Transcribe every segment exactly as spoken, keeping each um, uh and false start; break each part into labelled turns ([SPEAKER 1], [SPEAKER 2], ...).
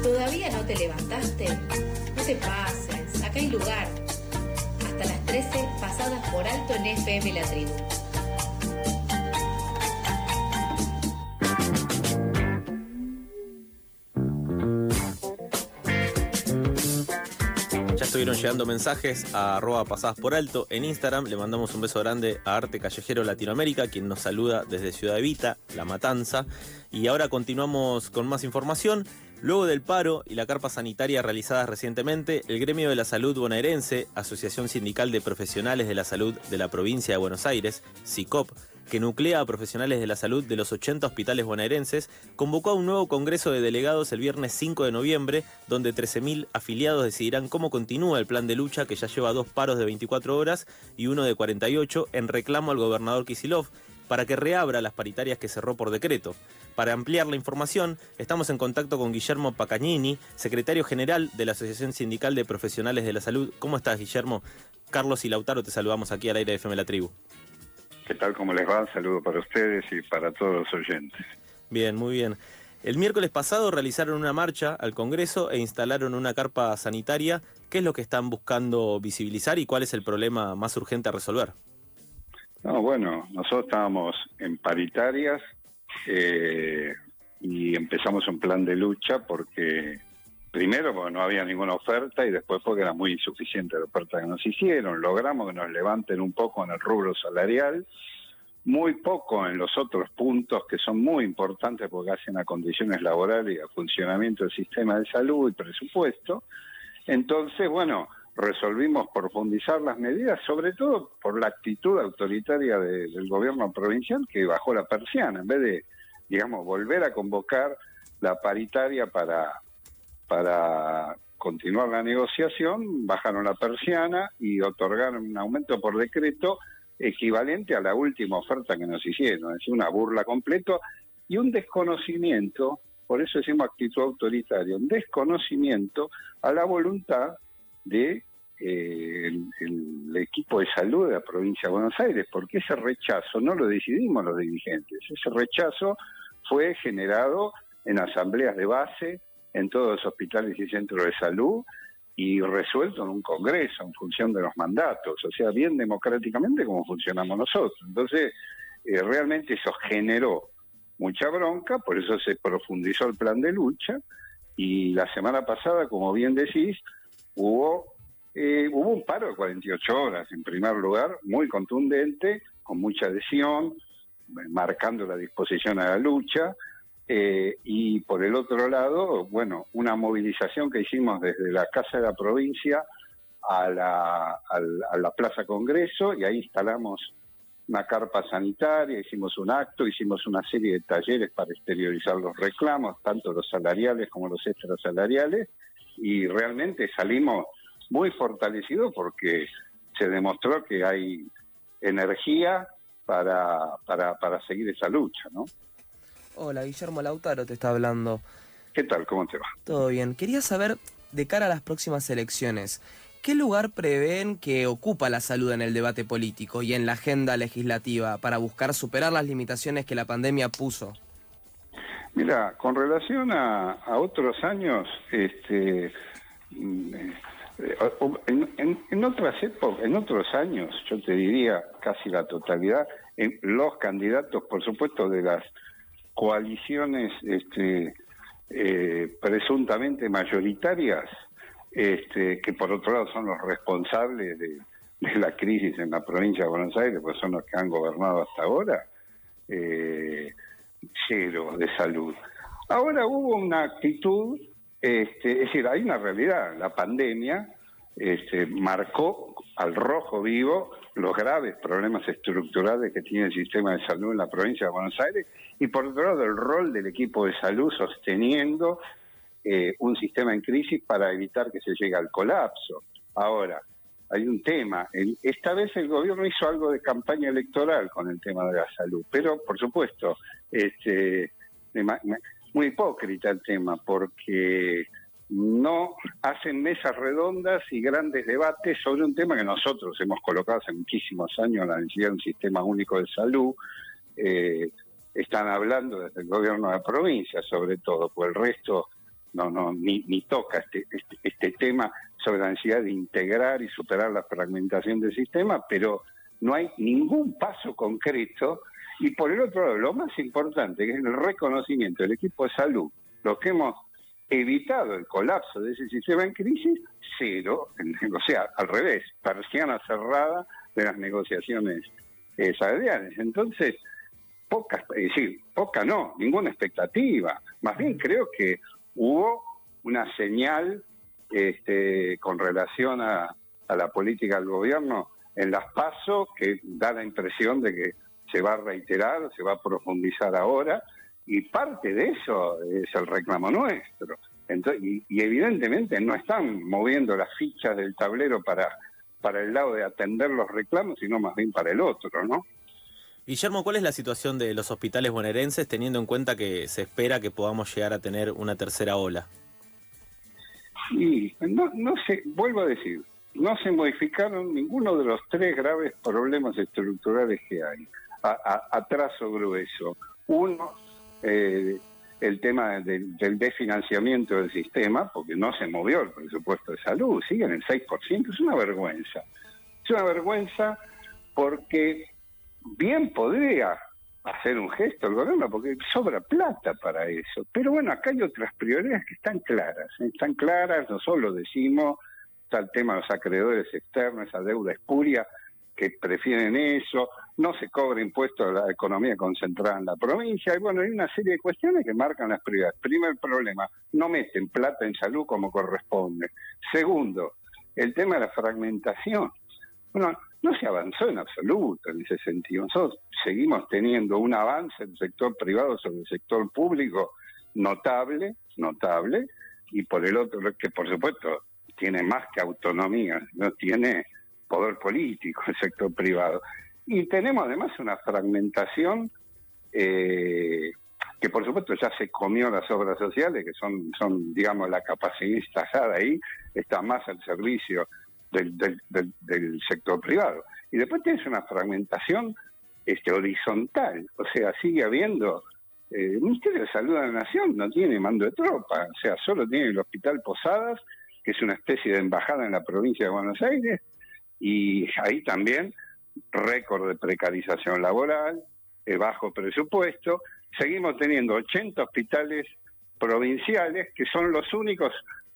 [SPEAKER 1] ¿Todavía no te levantaste? No te pases, acá hay lugar. Hasta las trece, pasadas por alto en F M La Tribu.
[SPEAKER 2] Ya estuvieron llegando mensajes a arroba pasadas por alto en Instagram. Le mandamos un beso grande a Arte Callejero Latinoamérica, quien nos saluda desde Ciudad Evita, La Matanza. Y ahora continuamos con más información. Luego del paro y la carpa sanitaria realizadas recientemente, el Gremio de la Salud Bonaerense, Asociación Sindical de Profesionales de la Salud de la Provincia de Buenos Aires, SICOP, que nuclea a profesionales de la salud de los ochenta hospitales bonaerenses, convocó a un nuevo congreso de delegados el viernes cinco de noviembre, donde trece mil afiliados decidirán cómo continúa el plan de lucha que ya lleva dos paros de veinticuatro horas y uno de cuarenta y ocho en reclamo al gobernador Kicillof para que reabra las paritarias que cerró por decreto. Para ampliar la información, estamos en contacto con Guillermo Pacagnini, secretario general de la Asociación Sindical de Profesionales de la Salud. ¿Cómo estás, Guillermo? Carlos y Lautaro te saludamos aquí al aire de F M La Tribu.
[SPEAKER 3] ¿Qué tal? ¿Cómo les va? Saludo para ustedes y para todos los oyentes.
[SPEAKER 2] Bien, muy bien. El miércoles pasado realizaron una marcha al Congreso e instalaron una carpa sanitaria. ¿Qué es lo que están buscando visibilizar y cuál es el problema más urgente a resolver?
[SPEAKER 3] No, bueno, nosotros estábamos en paritarias eh, y empezamos un plan de lucha porque, primero, porque no había ninguna oferta y después porque era muy insuficiente la oferta que nos hicieron. Logramos que nos levanten un poco en el rubro salarial, muy poco en los otros puntos que son muy importantes porque hacen a condiciones laborales y a funcionamiento del sistema de salud y presupuesto. Entonces, bueno, resolvimos profundizar las medidas, sobre todo por la actitud autoritaria de, del gobierno provincial que bajó la persiana, en vez de, digamos, volver a convocar la paritaria para, para continuar la negociación, bajaron la persiana y otorgaron un aumento por decreto equivalente a la última oferta que nos hicieron, es decir, una burla completa y un desconocimiento, por eso decimos actitud autoritaria, un desconocimiento a la voluntad de eh, el, el equipo de salud de la provincia de Buenos Aires, porque ese rechazo no lo decidimos los dirigentes, ese rechazo fue generado en asambleas de base, en todos los hospitales y centros de salud, y resuelto en un congreso en función de los mandatos, o sea, bien democráticamente como funcionamos nosotros. Entonces, eh, realmente eso generó mucha bronca, por eso se profundizó el plan de lucha, y la semana pasada, como bien decís, hubo eh, hubo un paro de cuarenta y ocho horas, en primer lugar, muy contundente, con mucha adhesión, marcando la disposición a la lucha, eh, y por el otro lado, bueno, una movilización que hicimos desde la Casa de la Provincia a la, a la, a la Plaza Congreso, y ahí instalamos una carpa sanitaria, hicimos un acto, hicimos una serie de talleres para exteriorizar los reclamos, tanto los salariales como los extrasalariales, y realmente salimos muy fortalecidos porque se demostró que hay energía para, para, para seguir esa lucha, ¿no?
[SPEAKER 4] Hola, Guillermo, Lautaro te está hablando.
[SPEAKER 3] ¿Qué tal? ¿Cómo te va?
[SPEAKER 4] Todo bien. Quería saber, de cara a las próximas elecciones, ¿qué lugar prevén que ocupa la salud en el debate político y en la agenda legislativa para buscar superar las limitaciones que la pandemia puso?
[SPEAKER 3] Mira, con relación a, a otros años, este, en, en, en otras épocas, en otros años, yo te diría casi la totalidad, en los candidatos, por supuesto, de las coaliciones este, eh, presuntamente mayoritarias, este, que por otro lado son los responsables de, de la crisis en la provincia de Buenos Aires, pues son los que han gobernado hasta ahora, eh, cero de salud. Ahora hubo una actitud, este, es decir, hay una realidad, la pandemia este, marcó al rojo vivo los graves problemas estructurales que tiene el sistema de salud en la provincia de Buenos Aires y por otro lado el rol del equipo de salud sosteniendo eh, un sistema en crisis para evitar que se llegue al colapso. Ahora, hay un tema, el, esta vez el gobierno hizo algo de campaña electoral con el tema de la salud, pero por supuesto, este, muy hipócrita el tema, porque no hacen mesas redondas y grandes debates sobre un tema que nosotros hemos colocado hace muchísimos años, la necesidad de un sistema único de salud. Eh, están hablando desde el gobierno de la provincia, sobre todo, porque el resto no, no, ni, ni toca este, este, este tema sobre la necesidad de integrar y superar la fragmentación del sistema, pero no hay ningún paso concreto. Y por el otro lado, lo más importante, que es el reconocimiento del equipo de salud, lo que hemos evitado el colapso de ese sistema en crisis, cero, o sea, al revés, persiana cerrada de las negociaciones eh, salariales. Entonces, poca, es decir, poca no, ninguna expectativa. Más bien creo que hubo una señal este, con relación a, a la política del gobierno en las PASO que da la impresión de que se va a reiterar, se va a profundizar ahora, y parte de eso es el reclamo nuestro. Entonces, y, y evidentemente no están moviendo las fichas del tablero para, para el lado de atender los reclamos, sino más bien para el otro, ¿no?
[SPEAKER 2] Guillermo, ¿cuál es la situación de los hospitales bonaerenses teniendo en cuenta que se espera que podamos llegar a tener una tercera ola?
[SPEAKER 3] Y no, no sé, vuelvo a decir, no se modificaron ninguno de los tres graves problemas estructurales que hay. A, a, atraso grueso. Uno, eh, el tema del, del desfinanciamiento del sistema, porque no se movió el presupuesto de salud, sigue en el seis por ciento, es una vergüenza. Es una vergüenza porque bien podría hacer un gesto el gobierno, porque sobra plata para eso. Pero bueno, acá hay otras prioridades que están claras, ¿eh? Están claras, no solo decimos, está el tema de los acreedores externos, esa deuda espuria, que prefieren eso, no se cobra impuesto a la economía concentrada en la provincia, y bueno, hay una serie de cuestiones que marcan las prioridades. Primer problema, no meten plata en salud como corresponde. Segundo, el tema de la fragmentación. Bueno, no se avanzó en absoluto en ese sentido. Nosotros seguimos teniendo un avance del sector privado sobre el sector público notable, notable, y por el otro, que por supuesto tiene más que autonomía, no tiene poder político el sector privado. Y tenemos además una fragmentación eh, que por supuesto ya se comió las obras sociales, que son, son digamos, la capacidad instalada ahí, está más al servicio del, del, del, del sector privado. Y después tienes una fragmentación este, horizontal, o sea, sigue habiendo... Eh, el Ministerio de Salud de la Nación no tiene mando de tropa, o sea, solo tiene el Hospital Posadas, que es una especie de embajada en la provincia de Buenos Aires, y ahí también récord de precarización laboral, eh, bajo presupuesto. Seguimos teniendo ochenta hospitales provinciales que son los únicos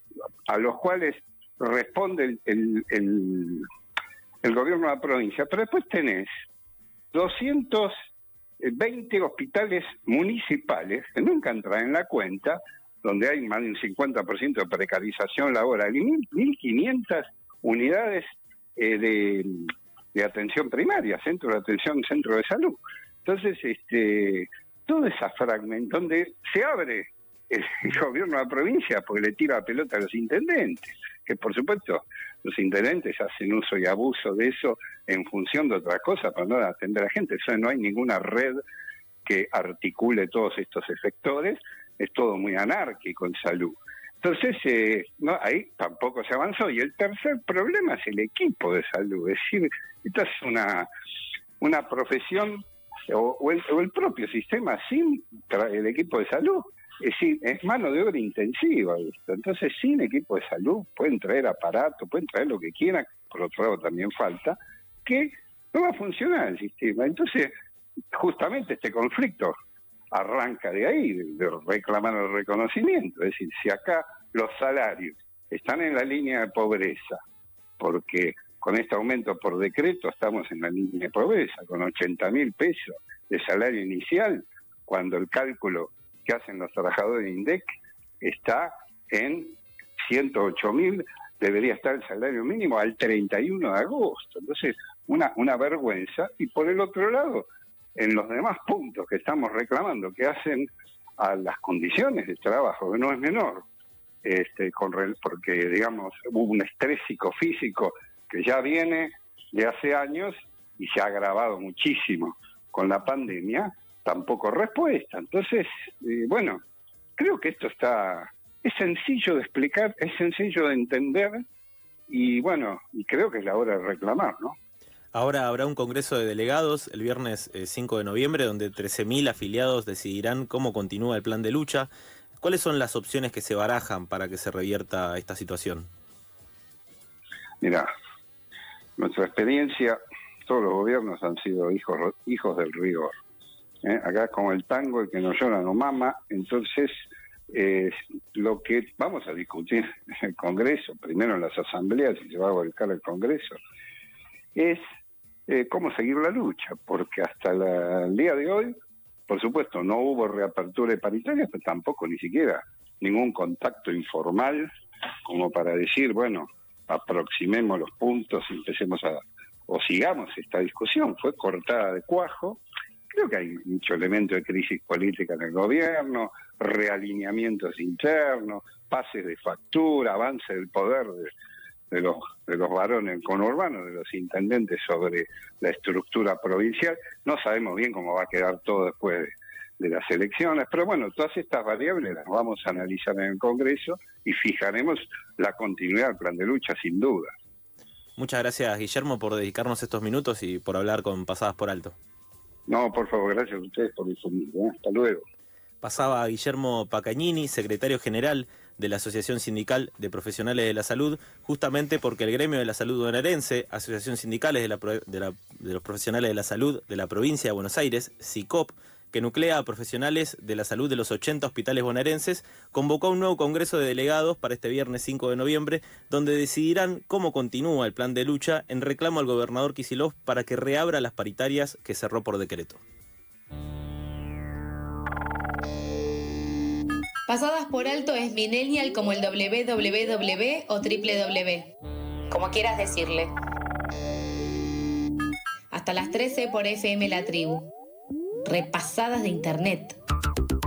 [SPEAKER 3] a los cuales responde el, el, el, el gobierno de la provincia. Pero después tenés doscientos veinte hospitales municipales que nunca entran en la cuenta, donde hay más de un cincuenta por ciento de precarización laboral y mil quinientas unidades eh, de, de atención primaria, centro de atención, centro de salud. Entonces, este, toda esa fragmento donde se abre el, el gobierno de la provincia porque le tira la pelota a los intendentes, que por supuesto los intendentes hacen uso y abuso de eso en función de otra cosa para no atender a la gente. O sea, no hay ninguna red que articule todos estos efectores, es todo muy anárquico en salud. Entonces, eh, no, ahí tampoco se avanzó. Y el tercer problema es el equipo de salud. Es decir, esta es una, una profesión, o, o, el, o el propio sistema sin el equipo de salud. Es decir, es mano de obra intensiva esto. Entonces, sin equipo de salud, pueden traer aparatos, pueden traer lo que quieran, por otro lado también falta, que no va a funcionar el sistema. Entonces, justamente este conflicto arranca de ahí, de reclamar el reconocimiento. Es decir, si acá los salarios están en la línea de pobreza, porque con este aumento por decreto estamos en la línea de pobreza, con ochenta mil pesos de salario inicial, cuando el cálculo que hacen los trabajadores de INDEC está en ciento ocho mil, debería estar el salario mínimo al treinta y uno de agosto. Entonces, una, una vergüenza. Y por el otro lado, en los demás puntos que estamos reclamando, que hacen a las condiciones de trabajo, que no es menor, este, con, porque, digamos, hubo un estrés psicofísico que ya viene de hace años y se ha agravado muchísimo con la pandemia, tampoco respuesta. Entonces, eh, bueno, creo que esto está, es sencillo de explicar, es sencillo de entender, y bueno, y creo que es la hora de reclamar, ¿no?
[SPEAKER 2] Ahora habrá un congreso de delegados el viernes eh, cinco de noviembre, donde trece mil afiliados decidirán cómo continúa el plan de lucha. ¿Cuáles son las opciones que se barajan para que se revierta esta situación?
[SPEAKER 3] Mira, nuestra experiencia, todos los gobiernos han sido hijos, hijos del rigor. ¿eh? Acá con el tango, el que no llora no mama, entonces eh, lo que vamos a discutir en el Congreso, primero en las asambleas y se va a volcar el Congreso, es eh, cómo seguir la lucha, porque hasta la, el día de hoy, por supuesto, no hubo reapertura de paritarias, pero tampoco ni siquiera ningún contacto informal como para decir, bueno, aproximemos los puntos y empecemos a, o sigamos esta discusión. Fue cortada de cuajo. Creo que hay mucho elemento de crisis política en el gobierno, realineamientos internos, pases de factura, avance del poder de, de los de los varones del conurbano, de los intendentes sobre la estructura provincial. No sabemos bien cómo va a quedar todo después de, de las elecciones, pero bueno, todas estas variables las vamos a analizar en el Congreso y fijaremos la continuidad del plan de lucha sin duda.
[SPEAKER 2] Muchas gracias, Guillermo, por dedicarnos estos minutos y por hablar con Pasadas por Alto.
[SPEAKER 3] No, por favor, gracias a ustedes por difundir. ¿eh? Hasta luego.
[SPEAKER 2] Pasaba Guillermo Pacagnini, secretario general de la Asociación Sindical de Profesionales de la Salud, justamente porque el Gremio de la Salud Bonaerense, Asociación Sindicales de, la, de, la, de los Profesionales de la Salud de la Provincia de Buenos Aires, SICOP, que nuclea a profesionales de la salud de los ochenta hospitales bonaerenses, convocó un nuevo congreso de delegados para este viernes cinco de noviembre, donde decidirán cómo continúa el plan de lucha en reclamo al gobernador Kicillof para que reabra las paritarias que cerró por decreto.
[SPEAKER 1] Pasadas por Alto es millennial como el doble u doble u doble u o triple doble u, como quieras decirle. Hasta las trece por F M La Tribu. Repasadas de internet.